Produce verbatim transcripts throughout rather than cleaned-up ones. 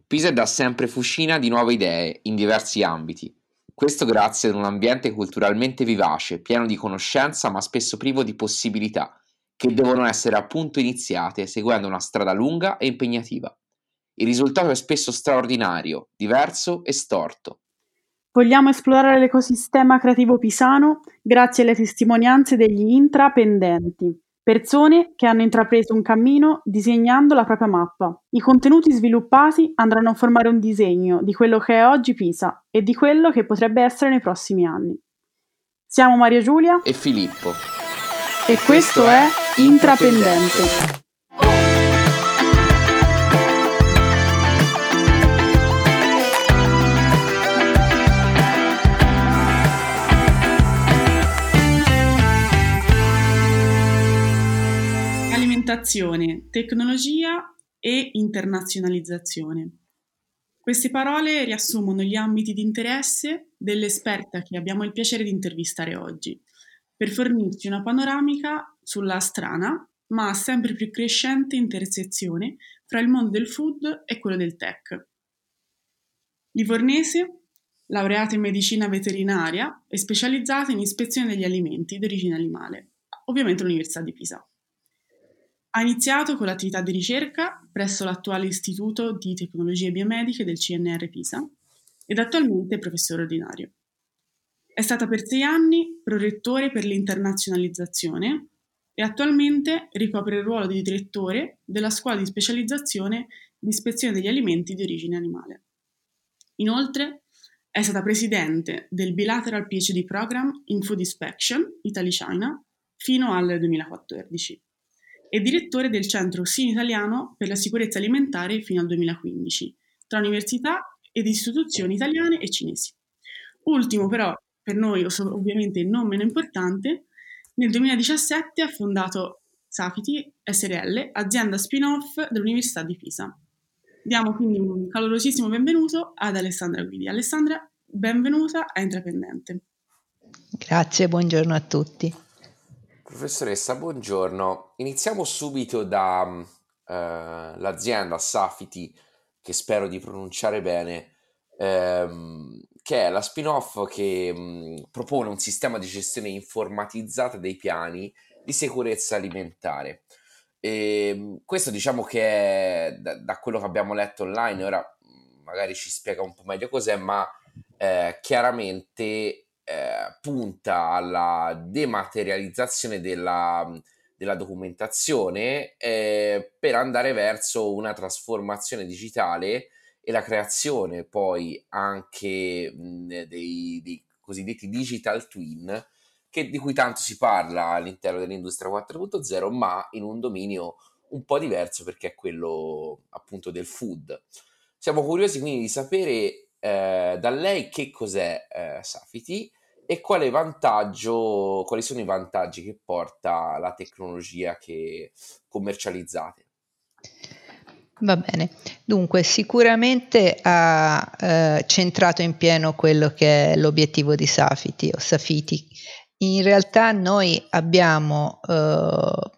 Pisa è da sempre fucina di nuove idee in diversi ambiti. Questo grazie ad un ambiente culturalmente vivace, pieno di conoscenza ma spesso privo di possibilità, che devono essere appunto iniziate seguendo una strada lunga e impegnativa. Il risultato è spesso straordinario, diverso e storto. Vogliamo esplorare l'ecosistema creativo pisano grazie alle testimonianze degli intrapendenti, persone che hanno intrapreso un cammino disegnando la propria mappa. I contenuti sviluppati andranno a formare un disegno di quello che è oggi Pisa e di quello che potrebbe essere nei prossimi anni. Siamo Maria Giulia E Filippo. e, e questo, questo è Intrapendente. Alimentazione, tecnologia e internazionalizzazione. Queste parole riassumono gli ambiti di interesse dell'esperta che abbiamo il piacere di intervistare oggi, per fornirci una panoramica sulla strana, ma sempre più crescente intersezione fra il mondo del food e quello del tech. Livornese, laureata in medicina veterinaria e specializzata in ispezione degli alimenti di origine animale, ovviamente all'Università di Pisa. Ha iniziato con l'attività di ricerca presso l'attuale Istituto di Tecnologie Biomediche del C N R Pisa ed attualmente è professore ordinario. È stata per sei anni prorettore per l'internazionalizzazione e attualmente ricopre il ruolo di direttore della scuola di specializzazione di ispezione degli alimenti di origine animale. Inoltre è stata presidente del Bilateral P H D Program in Food Inspection Italy-China fino al duemilaquattordici. E direttore del Centro SIN Italiano per la sicurezza alimentare fino al duemilaquindici, tra università ed istituzioni italiane e cinesi. Ultimo però, per noi ovviamente non meno importante, nel duemiladiciassette ha fondato Safiti S R L, azienda spin-off dell'Università di Pisa. Diamo quindi un calorosissimo benvenuto ad Alessandra Guidi. Alessandra, benvenuta a Intrapendente. Grazie, buongiorno a tutti. Professoressa, buongiorno. Iniziamo subito da uh, l'azienda Safiti, che spero di pronunciare bene, ehm, che è la spin-off che mh, propone un sistema di gestione informatizzata dei piani di sicurezza alimentare. E, questo diciamo che è, da, da quello che abbiamo letto online, ora magari ci spiega un po' meglio cos'è, ma eh, chiaramente Eh, punta alla dematerializzazione della, della documentazione eh, per andare verso una trasformazione digitale e la creazione poi anche mh, dei, dei cosiddetti digital twin, che, di cui tanto si parla all'interno dell'industria quattro punto zero, ma in un dominio un po' diverso, perché è quello appunto del food. Siamo curiosi quindi di sapere eh, da lei che cos'è eh, Safiti e quale vantaggio, quali sono i vantaggi che porta la tecnologia che commercializzate. Va bene, dunque sicuramente ha eh, centrato in pieno quello che è l'obiettivo di Safiti o Safiti. In realtà noi abbiamo eh,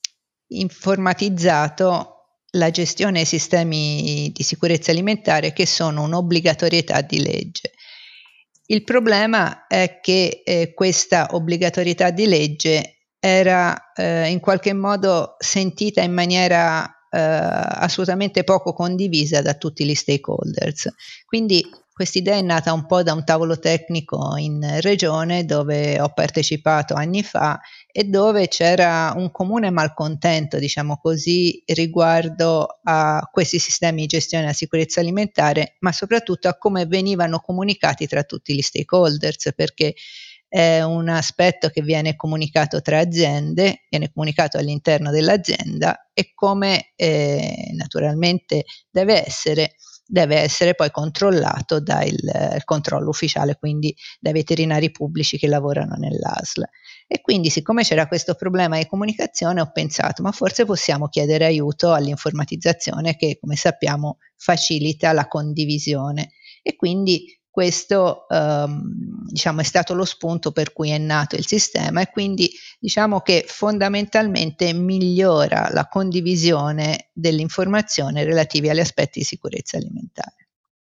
informatizzato la gestione dei sistemi di sicurezza alimentare, che sono un'obbligatorietà di legge. Il problema è che eh, questa obbligatorietà di legge era eh, in qualche modo sentita in maniera eh, assolutamente poco condivisa da tutti gli stakeholders. Quindi quest'idea è nata un po' da un tavolo tecnico in regione dove ho partecipato anni fa e dove c'era un comune malcontento, diciamo così, riguardo a questi sistemi di gestione della sicurezza alimentare, ma soprattutto a come venivano comunicati tra tutti gli stakeholders, perché è un aspetto che viene comunicato tra aziende, viene comunicato all'interno dell'azienda e come eh, naturalmente deve essere deve essere poi controllato dal eh, controllo ufficiale, quindi dai veterinari pubblici che lavorano nell'A S L. E quindi, siccome c'era questo problema di comunicazione, ho pensato, ma forse possiamo chiedere aiuto all'informatizzazione che, come sappiamo, facilita la condivisione. E quindi questo ehm, diciamo, è stato lo spunto per cui è nato il sistema, e quindi diciamo che fondamentalmente migliora la condivisione dell'informazione relative agli aspetti di sicurezza alimentare.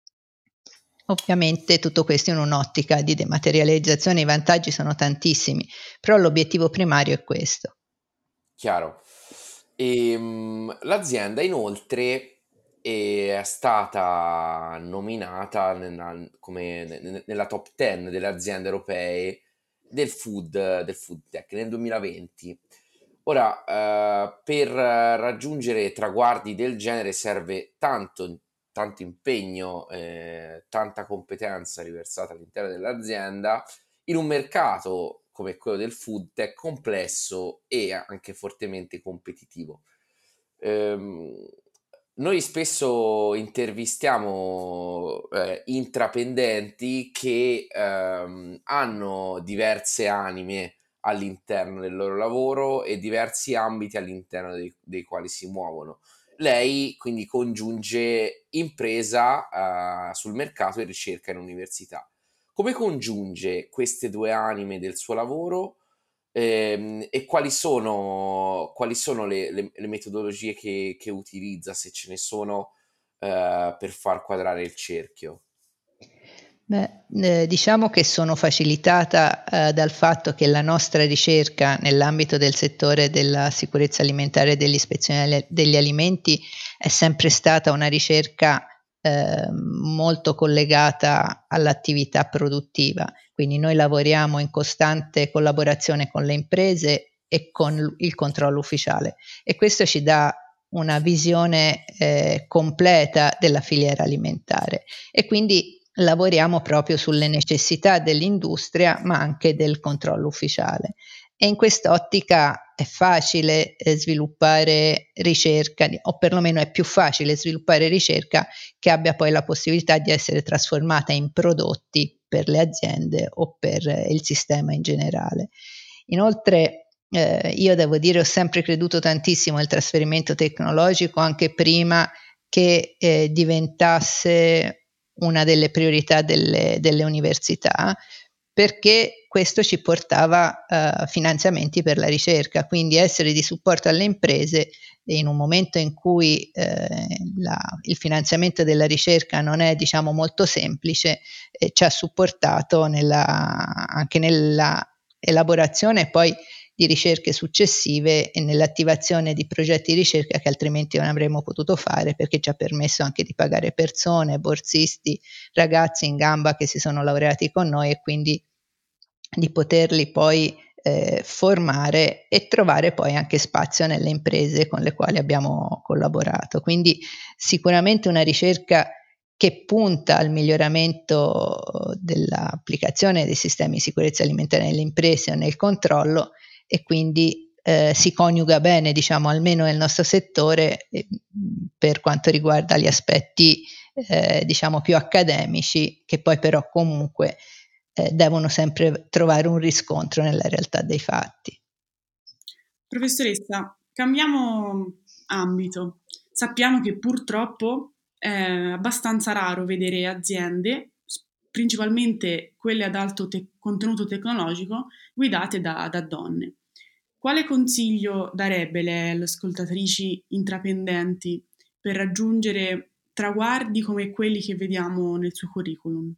Ovviamente tutto questo in un'ottica di dematerializzazione, i vantaggi sono tantissimi, però l'obiettivo primario è questo. Chiaro. E, um, l'azienda inoltre è stata nominata nella, come ne- nella top dieci delle aziende europee del food, del food tech nel duemilaventi. Ora, eh, per raggiungere traguardi del genere serve tanto, tanto impegno, eh, tanta competenza riversata all'interno dell'azienda in un mercato come quello del food tech complesso e anche fortemente competitivo. Ehm, Noi spesso intervistiamo eh, intraprendenti che ehm, hanno diverse anime all'interno del loro lavoro e diversi ambiti all'interno dei, dei quali si muovono. Lei quindi congiunge impresa eh, sul mercato e ricerca in università. Come congiunge queste due anime del suo lavoro? Ehm, e quali sono, quali sono le, le- le metodologie che, che utilizza, se ce ne sono, eh, per far quadrare il cerchio? Beh, eh, diciamo che sono facilitata eh, dal fatto che la nostra ricerca nell'ambito del settore della sicurezza alimentare e dell'ispezione degli alimenti è sempre stata una ricerca eh, molto collegata all'attività produttiva, quindi noi lavoriamo in costante collaborazione con le imprese e con il controllo ufficiale, e questo ci dà una visione eh, completa della filiera alimentare, e quindi lavoriamo proprio sulle necessità dell'industria ma anche del controllo ufficiale, e in quest'ottica è facile eh, sviluppare ricerca, o perlomeno è più facile sviluppare ricerca che abbia poi la possibilità di essere trasformata in prodotti per le aziende o per eh, il sistema in generale. Inoltre eh, io devo dire ho sempre creduto tantissimo al trasferimento tecnologico, anche prima che eh, diventasse una delle priorità delle, delle università, perché questo ci portava uh, finanziamenti per la ricerca, quindi essere di supporto alle imprese in un momento in cui eh, la, il finanziamento della ricerca non è, diciamo, molto semplice, eh, ci ha supportato nella, anche nella elaborazione e poi di ricerche successive e nell'attivazione di progetti di ricerca che altrimenti non avremmo potuto fare, perché ci ha permesso anche di pagare persone, borsisti, ragazzi in gamba che si sono laureati con noi, e quindi di poterli poi eh, formare e trovare poi anche spazio nelle imprese con le quali abbiamo collaborato. Quindi sicuramente una ricerca che punta al miglioramento dell'applicazione dei sistemi di sicurezza alimentare nelle imprese o nel controllo, e quindi eh, si coniuga bene, diciamo, almeno nel nostro settore, eh, per quanto riguarda gli aspetti eh, diciamo più accademici, che poi però comunque eh, devono sempre trovare un riscontro nella realtà dei fatti. Professoressa, cambiamo ambito. Sappiamo che purtroppo è abbastanza raro vedere aziende, principalmente quelle ad alto te- contenuto tecnologico, guidate da, da donne. Quale consiglio darebbe lei alle ascoltatrici intraprendenti per raggiungere traguardi come quelli che vediamo nel suo curriculum?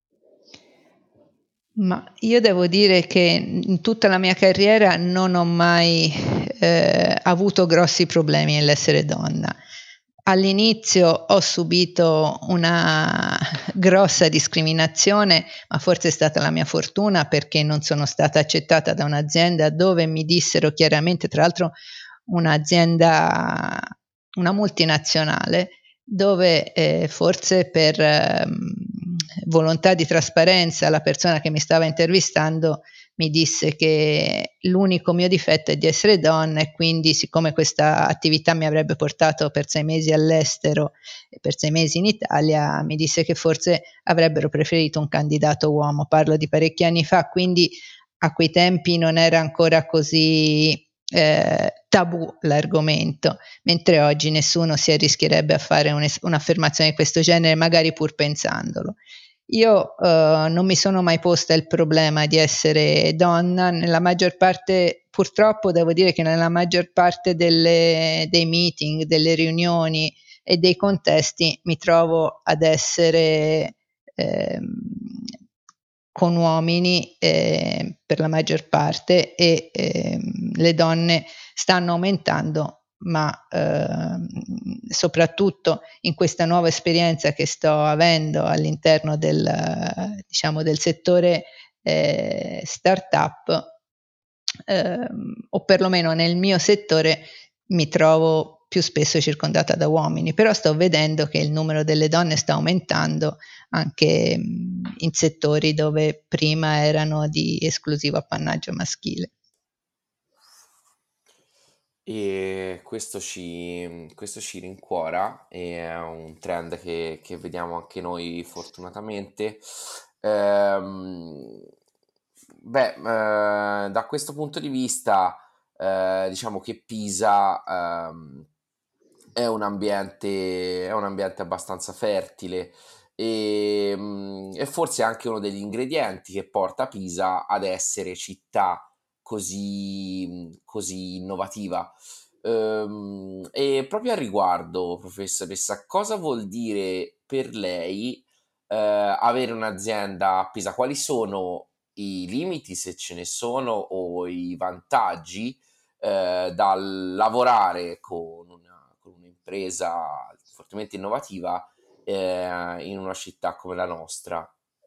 Ma io devo dire che in tutta la mia carriera non ho mai eh, avuto grossi problemi nell'essere donna. All'inizio ho subito una grossa discriminazione, ma forse è stata la mia fortuna, perché non sono stata accettata da un'azienda dove mi dissero chiaramente, tra l'altro un'azienda, una multinazionale, dove eh, forse per eh, volontà di trasparenza la persona che mi stava intervistando mi disse che l'unico mio difetto è di essere donna, e quindi, siccome questa attività mi avrebbe portato per sei mesi all'estero e per sei mesi in Italia, mi disse che forse avrebbero preferito un candidato uomo. Parlo di parecchi anni fa, quindi a quei tempi non era ancora così eh, tabù l'argomento, mentre oggi nessuno si arrischierebbe a fare un'affermazione di questo genere, magari pur pensandolo. Io eh, non mi sono mai posta il problema di essere donna, nella maggior parte, purtroppo devo dire che nella maggior parte delle, dei meeting, delle riunioni e dei contesti mi trovo ad essere ehm, con uomini eh, per la maggior parte e ehm, le donne stanno aumentando, ma ehm, soprattutto in questa nuova esperienza che sto avendo all'interno del, diciamo, del settore eh, startup, ehm, o perlomeno nel mio settore mi trovo più spesso circondata da uomini, però sto vedendo che il numero delle donne sta aumentando anche mh, in settori dove prima erano di esclusivo appannaggio maschile. E questo ci, questo ci rincuora, e è un trend che, che vediamo anche noi fortunatamente. Ehm, beh, eh, da questo punto di vista, eh, diciamo che Pisa, ehm, è un ambiente, è un ambiente abbastanza fertile e, mm, e forse anche uno degli ingredienti che porta Pisa ad essere città così, così innovativa. Ehm, e proprio a riguardo, professoressa, cosa vuol dire per lei eh, avere un'azienda a Pisa? Quali sono i limiti, se ce ne sono, o i vantaggi eh, dal lavorare con una, con un'impresa fortemente innovativa eh, in una città come la nostra?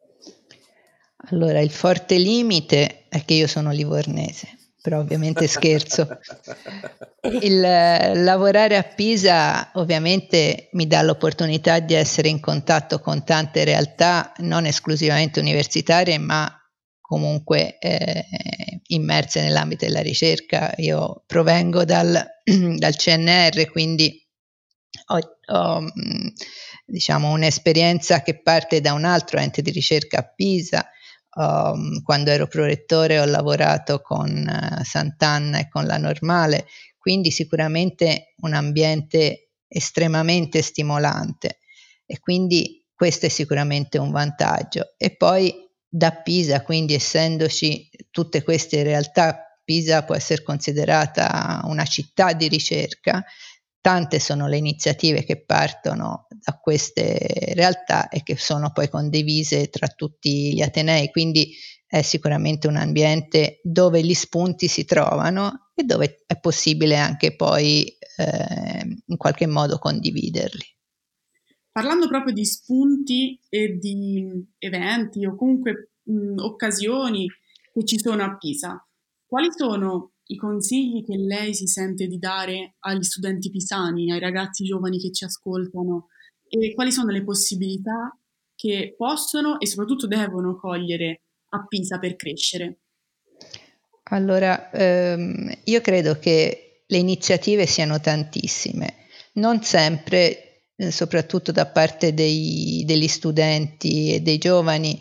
Allora, il forte limite è che io sono livornese, però ovviamente scherzo. Il eh, lavorare a Pisa ovviamente mi dà l'opportunità di essere in contatto con tante realtà, non esclusivamente universitarie, ma comunque eh, immerse nell'ambito della ricerca. Io provengo dal, dal C N R, quindi ho, ho mh, diciamo un'esperienza che parte da un altro ente di ricerca a Pisa. Um, quando ero prorettore ho lavorato con uh, Sant'Anna e con la Normale, quindi sicuramente un ambiente estremamente stimolante e quindi questo è sicuramente un vantaggio. E poi da Pisa, quindi essendoci tutte queste realtà, Pisa può essere considerata una città di ricerca. Tante sono le iniziative che partono da queste realtà e che sono poi condivise tra tutti gli atenei, quindi è sicuramente un ambiente dove gli spunti si trovano e dove è possibile anche poi eh, in qualche modo condividerli. Parlando proprio di spunti e di eventi o comunque mh, occasioni che ci sono a Pisa, quali sono i consigli che lei si sente di dare agli studenti pisani, ai ragazzi giovani che ci ascoltano e quali sono le possibilità che possono e soprattutto devono cogliere a Pisa per crescere? Allora, ehm, io credo che le iniziative siano tantissime, non sempre, eh, soprattutto da parte dei, degli studenti e dei giovani,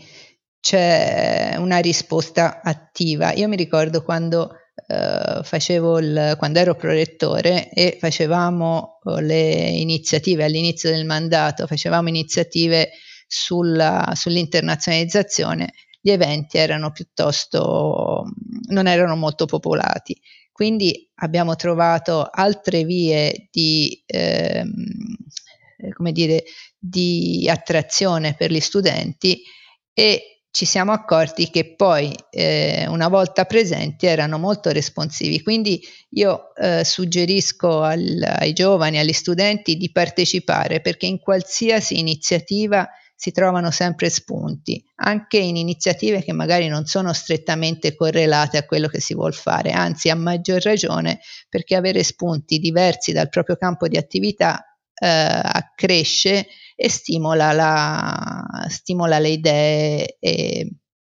c'è una risposta attiva. Io mi ricordo quando eh, facevo il, quando ero prorettore e facevamo eh, le iniziative all'inizio del mandato, facevamo iniziative sulla, sull'internazionalizzazione. Gli eventi erano piuttosto, non erano molto popolati. Quindi abbiamo trovato altre vie di, ehm, come dire, di attrazione per gli studenti e ci siamo accorti che poi eh, una volta presenti erano molto responsivi. Quindi io eh, suggerisco al, ai giovani, agli studenti di partecipare perché in qualsiasi iniziativa si trovano sempre spunti, anche in iniziative che magari non sono strettamente correlate a quello che si vuol fare, anzi a maggior ragione perché avere spunti diversi dal proprio campo di attività eh, accresce e stimola, la, stimola le idee e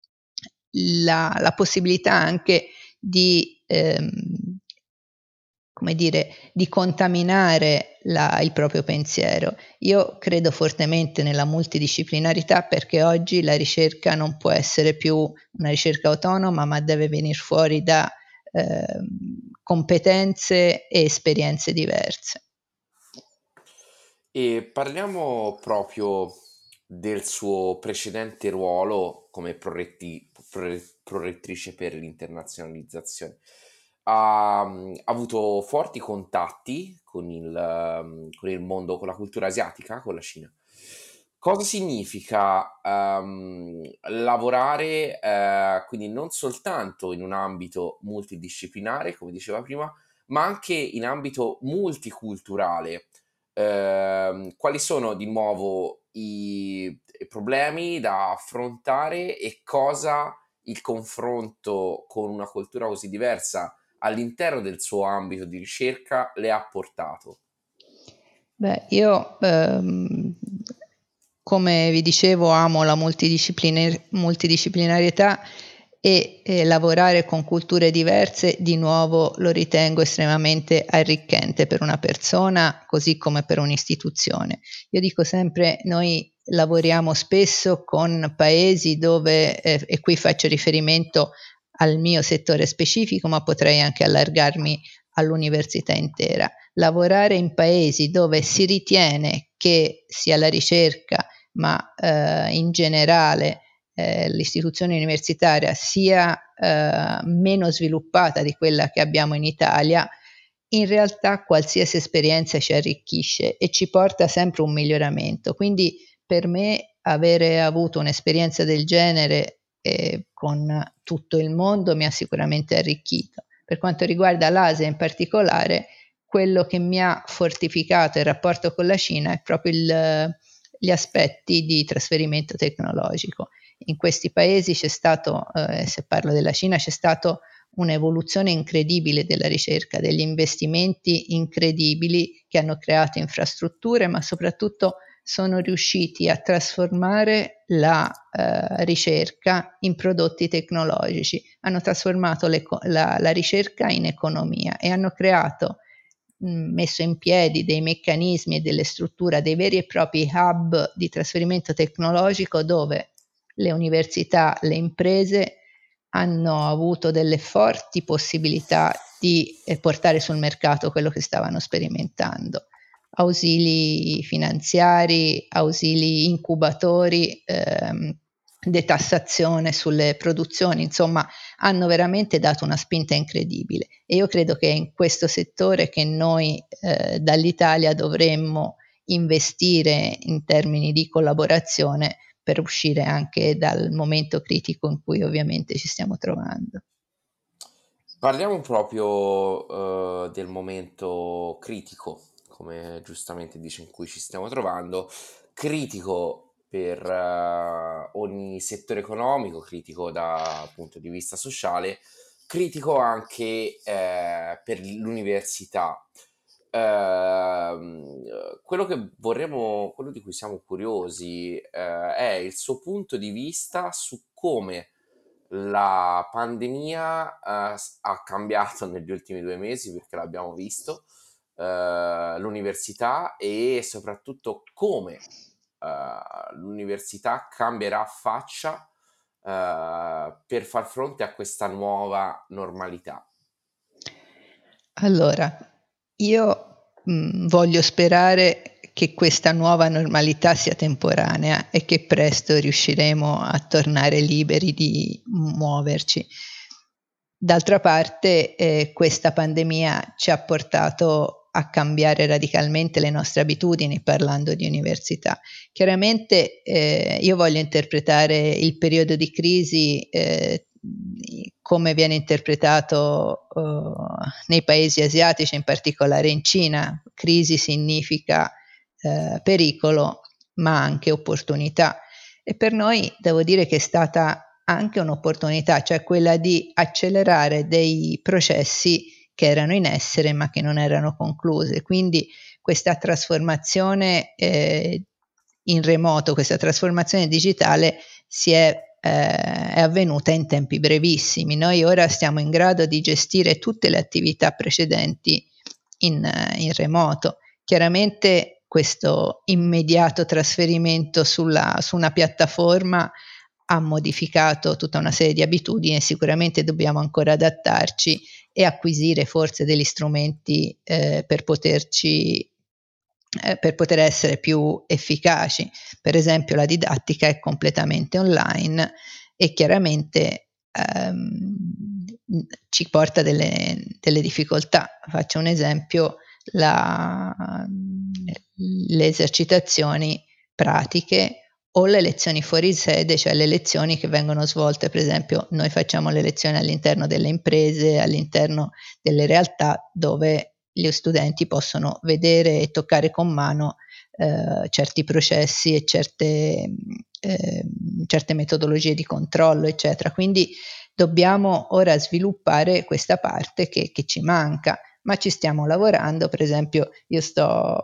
la, la possibilità anche di ehm, come dire, di contaminare la, il proprio pensiero. Io credo fortemente nella multidisciplinarità perché oggi la ricerca non può essere più una ricerca autonoma, ma deve venire fuori da eh, competenze e esperienze diverse. E parliamo proprio del suo precedente ruolo come proretti- prore- prorettrice per l'internazionalizzazione. Ha, ha avuto forti contatti con il, ehm, con il mondo, con la cultura asiatica, con la Cina. Cosa significa ehm, lavorare eh, quindi non soltanto in un ambito multidisciplinare, come diceva prima, ma anche in ambito multiculturale? Ehm, quali sono di nuovo i, i problemi da affrontare e cosa il confronto con una cultura così diversa all'interno del suo ambito di ricerca le ha portato? Beh, io ehm, come vi dicevo amo la multidisciplinar- multidisciplinarietà e eh, lavorare con culture diverse di nuovo lo ritengo estremamente arricchente per una persona così come per un'istituzione. Io dico sempre, noi lavoriamo spesso con paesi dove, eh, e qui faccio riferimento al mio settore specifico, ma potrei anche allargarmi all'università intera. Lavorare in paesi dove si ritiene che sia la ricerca, ma eh, in generale eh, l'istituzione universitaria sia eh, meno sviluppata di quella che abbiamo in Italia, in realtà qualsiasi esperienza ci arricchisce e ci porta sempre un miglioramento. Quindi per me avere avuto un'esperienza del genere eh, con tutto il mondo mi ha sicuramente arricchito. Per quanto riguarda l'Asia in particolare, quello che mi ha fortificato il rapporto con la Cina è proprio il, gli aspetti di trasferimento tecnologico. In questi paesi c'è stato, eh, se parlo della Cina, c'è stato un'evoluzione incredibile della ricerca, degli investimenti incredibili che hanno creato infrastrutture, ma soprattutto sono riusciti a trasformare la eh, ricerca in prodotti tecnologici, hanno trasformato la, la ricerca in economia e hanno creato, mh, messo in piedi dei meccanismi e delle strutture, dei veri e propri hub di trasferimento tecnologico dove le università, le imprese hanno avuto delle forti possibilità di eh, portare sul mercato quello che stavano sperimentando. Ausili finanziari, ausili incubatori, ehm, detassazione sulle produzioni, insomma, hanno veramente dato una spinta incredibile. E io credo che è in questo settore che noi eh, dall'Italia dovremmo investire in termini di collaborazione per uscire anche dal momento critico in cui ovviamente ci stiamo trovando. Parliamo proprio eh, del momento critico, come giustamente dice, in cui ci stiamo trovando, critico per eh, ogni settore economico, critico dal punto di vista sociale, critico anche eh, per l'università. Ehm, quello che vorremmo, quello di cui siamo curiosi, eh, è il suo punto di vista su come la pandemia eh, s- ha cambiato negli ultimi due mesi, perché l'abbiamo visto, eh, l'università e soprattutto come eh, l'università cambierà faccia eh, per far fronte a questa nuova normalità. Allora, io mh, voglio sperare che questa nuova normalità sia temporanea e che presto riusciremo a tornare liberi di muoverci. D'altra parte, eh, questa pandemia ci ha portato a cambiare radicalmente le nostre abitudini parlando di università. Chiaramente eh, io voglio interpretare il periodo di crisi eh, come viene interpretato uh, nei paesi asiatici, in particolare in Cina. Crisi significa eh, pericolo, ma anche opportunità. E per noi devo dire che è stata anche un'opportunità, cioè quella di accelerare dei processi che erano in essere ma che non erano concluse. Quindi questa trasformazione eh, in remoto, questa trasformazione digitale si è, eh, è avvenuta in tempi brevissimi. Noi ora siamo in grado di gestire tutte le attività precedenti in, in remoto. Chiaramente questo immediato trasferimento sulla, su una piattaforma ha modificato tutta una serie di abitudini e sicuramente dobbiamo ancora adattarci e acquisire forse degli strumenti eh, per poterci eh, per poter essere più efficaci. Per esempio la didattica è completamente online e chiaramente ehm, ci porta delle, delle difficoltà. Faccio un esempio, la, le esercitazioni pratiche o le lezioni fuori sede, cioè le lezioni che vengono svolte, per esempio noi facciamo le lezioni all'interno delle imprese, all'interno delle realtà dove gli studenti possono vedere e toccare con mano eh, certi processi e certe, eh, certe metodologie di controllo, eccetera. Quindi dobbiamo ora sviluppare questa parte che, che ci manca, ma ci stiamo lavorando. Per esempio io sto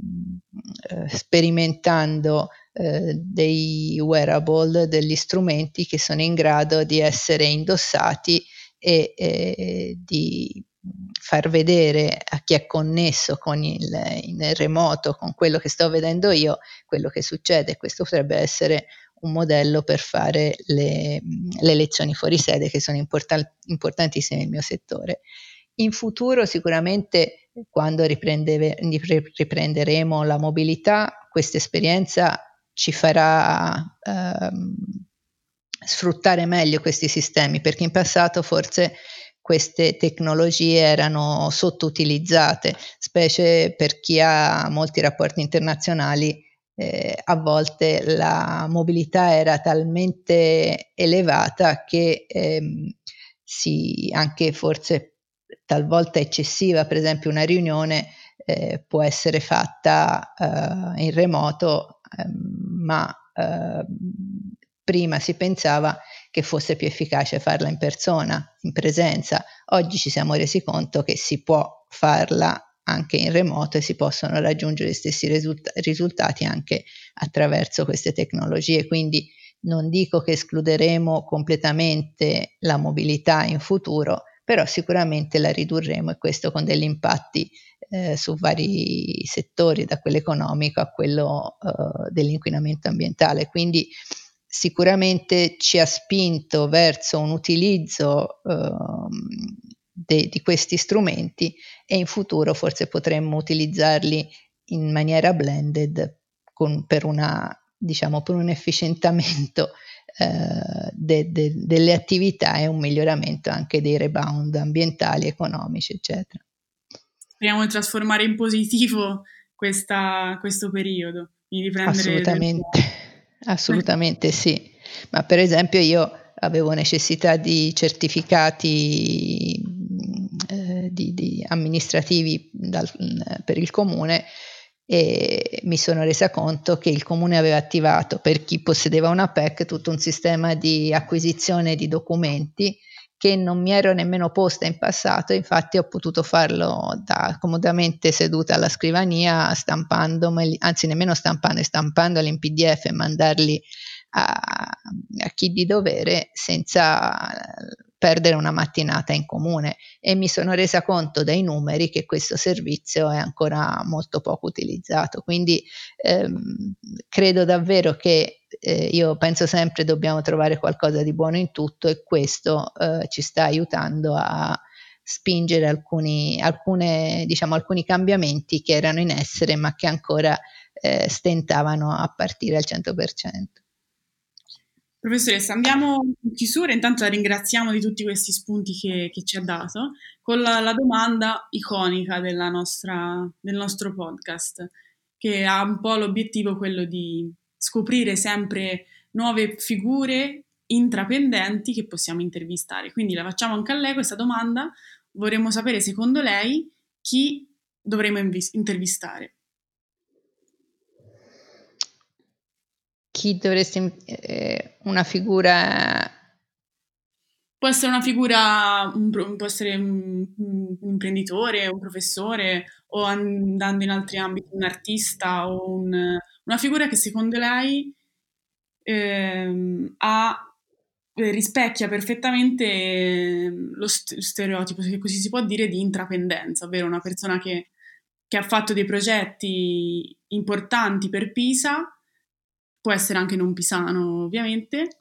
mh, sperimentando eh, dei wearable, degli strumenti che sono in grado di essere indossati e eh, di far vedere a chi è connesso con il, in remoto, con quello che sto vedendo io, quello che succede. Questo potrebbe essere un modello per fare le, le lezioni fuori sede, che sono importan- importantissime nel mio settore. In futuro sicuramente, quando riprende, riprenderemo la mobilità, questa esperienza ci farà ehm, sfruttare meglio questi sistemi, perché in passato forse queste tecnologie erano sottoutilizzate, specie per chi ha molti rapporti internazionali. Eh, a volte la mobilità era talmente elevata che ehm, si anche forse talvolta eccessiva, per esempio una riunione eh, può essere fatta eh, in remoto, eh, ma eh, prima si pensava che fosse più efficace farla in persona, in presenza. Oggi ci siamo resi conto che si può farla anche in remoto e si possono raggiungere gli stessi risult- risultati anche attraverso queste tecnologie. Quindi non dico che escluderemo completamente la mobilità in futuro, però sicuramente la ridurremo, e questo con degli impatti eh, su vari settori, da quello economico a quello eh, dell'inquinamento ambientale. Quindi sicuramente ci ha spinto verso un utilizzo eh, de, di questi strumenti, e in futuro forse potremmo utilizzarli in maniera blended con, per una, diciamo, per un efficientamento eh, de, de, delle attività e un miglioramento anche dei rebound ambientali, economici, eccetera. Speriamo di trasformare in positivo questa, questo periodo, di riprendere assolutamente, assolutamente sì. Ma per esempio io avevo necessità di certificati eh, di, di amministrativi dal, per il comune, e mi sono resa conto che il comune aveva attivato, per chi possedeva una P E C, tutto un sistema di acquisizione di documenti che non mi ero nemmeno posta in passato. Infatti ho potuto farlo da comodamente seduta alla scrivania, stampandomeli, anzi nemmeno stampando, stampandoli in P D F e mandarli a, a chi di dovere, senza perdere una mattinata in comune, e mi sono resa conto dai numeri che questo servizio è ancora molto poco utilizzato. Quindi ehm, credo davvero che eh, io penso sempre dobbiamo trovare qualcosa di buono in tutto, e questo eh, ci sta aiutando a spingere alcuni, alcune, diciamo, alcuni cambiamenti che erano in essere ma che ancora eh, stentavano a partire al cento per cento. Professoressa, andiamo in chiusura. Intanto la ringraziamo di tutti questi spunti che, che ci ha dato, con la, la domanda iconica della nostra, del nostro podcast, che ha un po' l'obiettivo quello di scoprire sempre nuove figure intrapendenti che possiamo intervistare. Quindi la facciamo anche a lei questa domanda. Vorremmo sapere, secondo lei, chi dovremmo invis- intervistare. Chi dovresti eh, una figura. Può essere una figura, un, può essere un, un imprenditore, un professore, o andando in altri ambiti, un artista, o un, una figura che secondo lei ehm, ha, rispecchia perfettamente lo st- stereotipo, se così si può dire, di intrapendenza, ovvero una persona che, che ha fatto dei progetti importanti per Pisa, può essere anche non pisano ovviamente,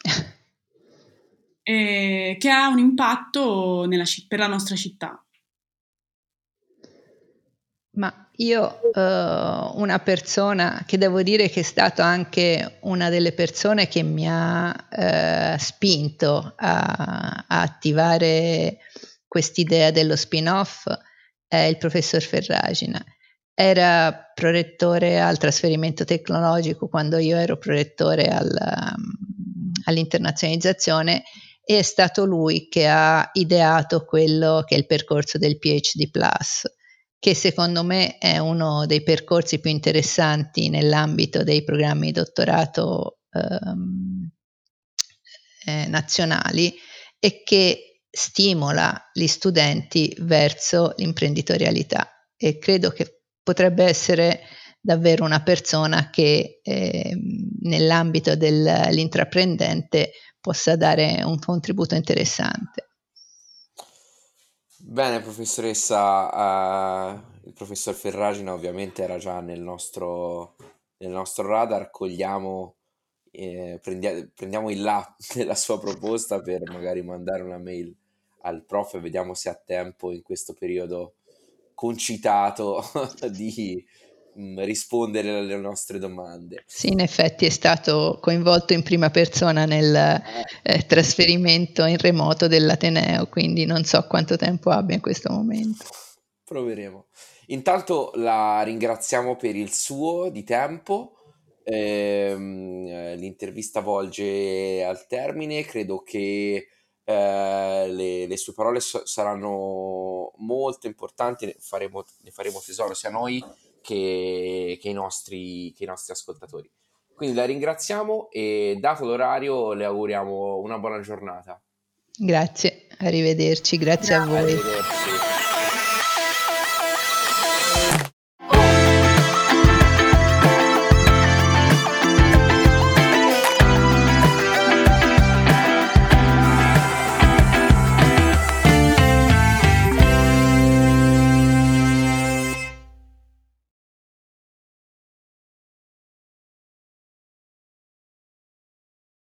eh, che ha un impatto nella, per la nostra città. Ma Io, uh, una persona che devo dire che è stata anche una delle persone che mi ha uh, spinto a, a attivare quest'idea dello spin-off è il professor Ferragina. Era prorettore al trasferimento tecnologico quando io ero prorettore al, um, all'internazionalizzazione, e è stato lui che ha ideato quello che è il percorso del PhD Plus, che secondo me è uno dei percorsi più interessanti nell'ambito dei programmi di dottorato ehm, eh, nazionali, e che stimola gli studenti verso l'imprenditorialità, e credo che potrebbe essere davvero una persona che eh, nell'ambito dell'intraprendente possa dare un contributo interessante. Bene, professoressa, uh, il professor Ferragina ovviamente era già nel nostro, nel nostro radar, cogliamo, eh, prendia- prendiamo il là della sua proposta per magari mandare una mail al prof e vediamo se ha tempo in questo periodo concitato di mh, rispondere alle nostre domande. Sì, in effetti è stato coinvolto in prima persona nel eh, trasferimento in remoto dell'Ateneo, quindi non so quanto tempo abbia in questo momento. Proveremo. Intanto la ringraziamo per il suo di tempo. Ehm, eh, l'intervista volge al termine. Credo che eh, le, le sue parole so- saranno molto importanti. Ne faremo, ne faremo tesoro sia noi che, che i nostri, che i nostri ascoltatori. Quindi la ringraziamo e, dato l'orario, le auguriamo una buona giornata. Grazie, arrivederci, grazie a voi. Arrivederci.